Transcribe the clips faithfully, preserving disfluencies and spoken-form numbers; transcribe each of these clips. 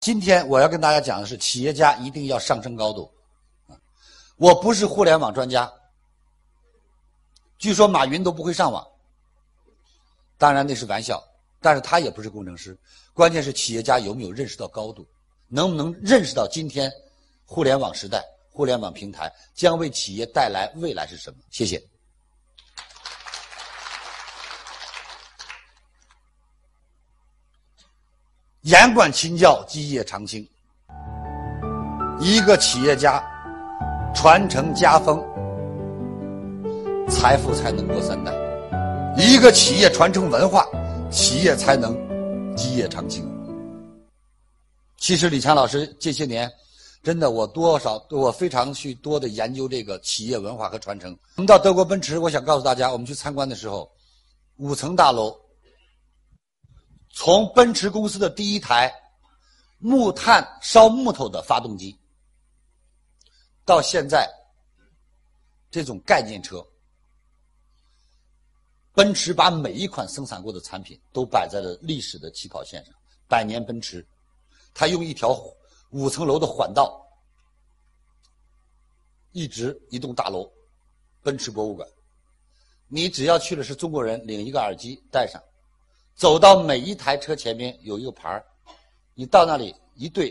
今天我要跟大家讲的是，企业家一定要上升高度。我不是互联网专家，据说马云都不会上网，当然那是玩笑，但是他也不是工程师。关键是企业家有没有认识到高度，能不能认识到今天互联网时代、互联网平台将为企业带来未来是什么？谢谢。严管勤教，基业长青。一个企业家传承家风，财富才能过三代；一个企业传承文化，企业才能基业长青。其实李强老师这些年，真的我多少我非常去多的研究这个企业文化和传承。我们到德国奔驰，我想告诉大家，我们去参观的时候，五层大楼。从奔驰公司的第一台木炭烧木头的发动机，到现在这种概念车，奔驰把每一款生产过的产品都摆在了历史的起跑线上。百年奔驰，它用一条五层楼的缓道，一直一栋大楼，奔驰博物馆。你只要去了是中国人，领一个耳机戴上。走到每一台车前面有一个牌，你到那里一对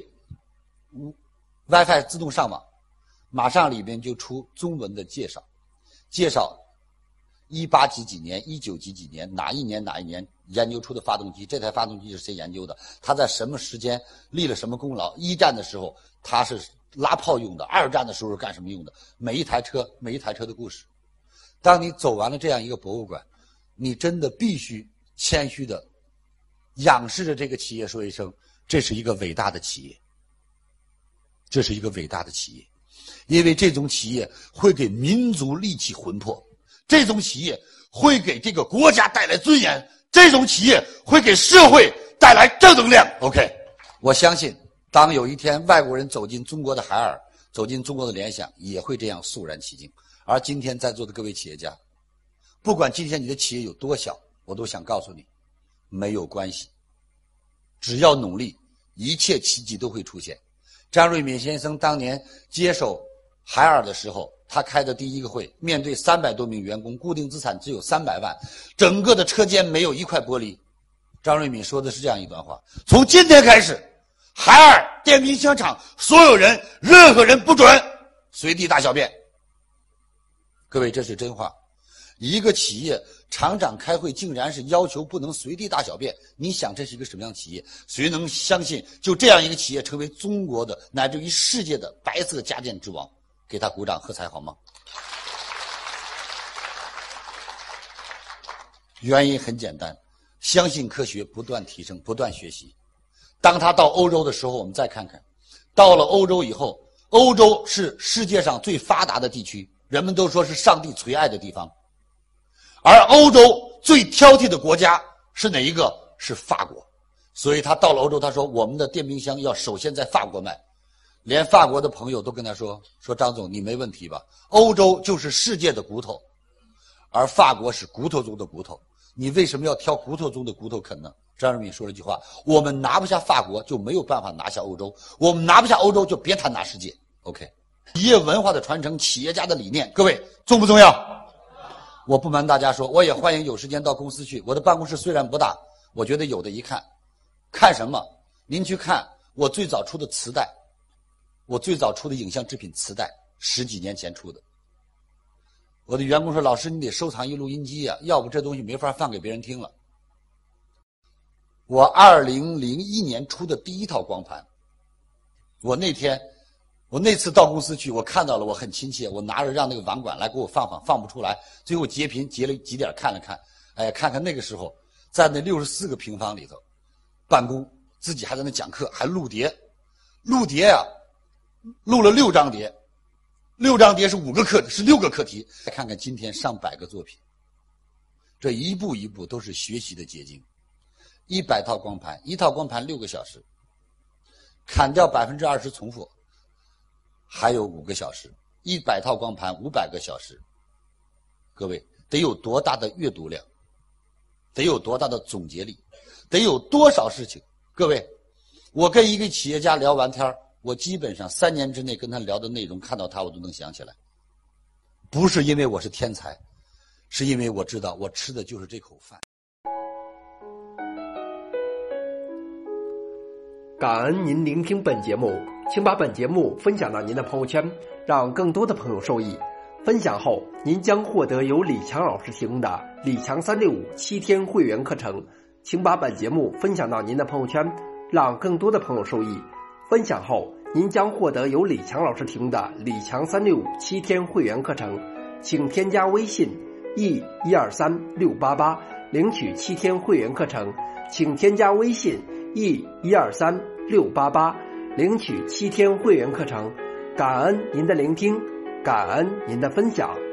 ，WiFi 自动上网，马上里面就出中文的介绍，介绍一八几几年、一九几几年哪一年哪一年研究出的发动机，这台发动机是谁研究的？它在什么时间立了什么功劳？一战的时候它是拉炮用的，二战的时候是干什么用的？每一台车，每一台车的故事。当你走完了这样一个博物馆，你真的必须谦虚的仰视着这个企业说一声，这是一个伟大的企业，这是一个伟大的企业。因为这种企业会给民族力气魂魄，这种企业会给这个国家带来尊严，这种企业会给社会带来正能量。 OK， 我相信当有一天外国人走进中国的海尔，走进中国的联想，也会这样肃然起敬。而今天在座的各位企业家，不管今天你的企业有多小，我都想告诉你，没有关系，只要努力，一切奇迹都会出现。张瑞敏先生当年接手海尔的时候，他开的第一个会，面对三百多名员工，固定资产只有三百万，整个的车间没有一块玻璃。张瑞敏说的是这样一段话：从今天开始，海尔电冰箱厂所有人，任何人不准随地大小便。各位，这是真话。一个企业厂长开会竟然是要求不能随地大小便，你想这是一个什么样的企业？谁能相信就这样一个企业成为中国的乃至于世界的白色家电之王？给他鼓掌喝彩好吗？原因很简单，相信科学，不断提升，不断学习。当他到欧洲的时候，我们再看看，到了欧洲以后，欧洲是世界上最发达的地区，人们都说是上帝垂爱的地方。而欧洲最挑剔的国家是哪一个？是法国。所以他到了欧洲，他说我们的电冰箱要首先在法国卖。连法国的朋友都跟他说，说张总你没问题吧？欧洲就是世界的骨头，而法国是骨头中的骨头，你为什么要挑骨头中的骨头啃呢？张瑞敏说了一句话，我们拿不下法国就没有办法拿下欧洲，我们拿不下欧洲就别谈拿世界。 OK， 企业文化的传承，企业家的理念，各位重不重要？我不瞒大家说，我也欢迎有时间到公司去。我的办公室虽然不大，我觉得有的一看。看什么？您去看我最早出的磁带，我最早出的影像制品磁带，十几年前出的。我的员工说，老师你得收藏一录音机啊，要不这东西没法放给别人听了。我二零零一年出的第一套光盘，我那天我那次到公司去，我看到了，我很亲切，我拿着让那个网管来给我放放，放不出来，最后截屏截了几点看了看，哎，看看那个时候在那六十四个平方里头办公，自己还在那讲课，还录碟，录碟啊，录了六张碟，六张碟是五个课，是六个课题。再看看今天上百个作品，这一步一步都是学习的结晶。一百套光盘，一套光盘六个小时，砍掉百分之二十重复，还有五个小时。一百套光盘，五百个小时。各位，得有多大的阅读量？得有多大的总结力？得有多少事情？各位， 我跟一个企业家聊完天，我基本上三年之内跟他聊的内容，看到他我都能想起来。不是因为我是天才，是因为我知道我吃的就是这口饭。 感恩您聆听本节目，请把本节目分享到您的朋友圈，让更多的朋友受益。分享后，您将获得由李强老师提供的李强三六五七天会员课程。请把本节目分享到您的朋友圈，让更多的朋友受益。分享后，您将获得由李强老师提供的李强三六五七天会员课程。请添加微信 e 一二三六八八领取七天会员课程。请添加微信 e 一二三六八八领取七天会员课程。感恩您的聆听，感恩您的分享。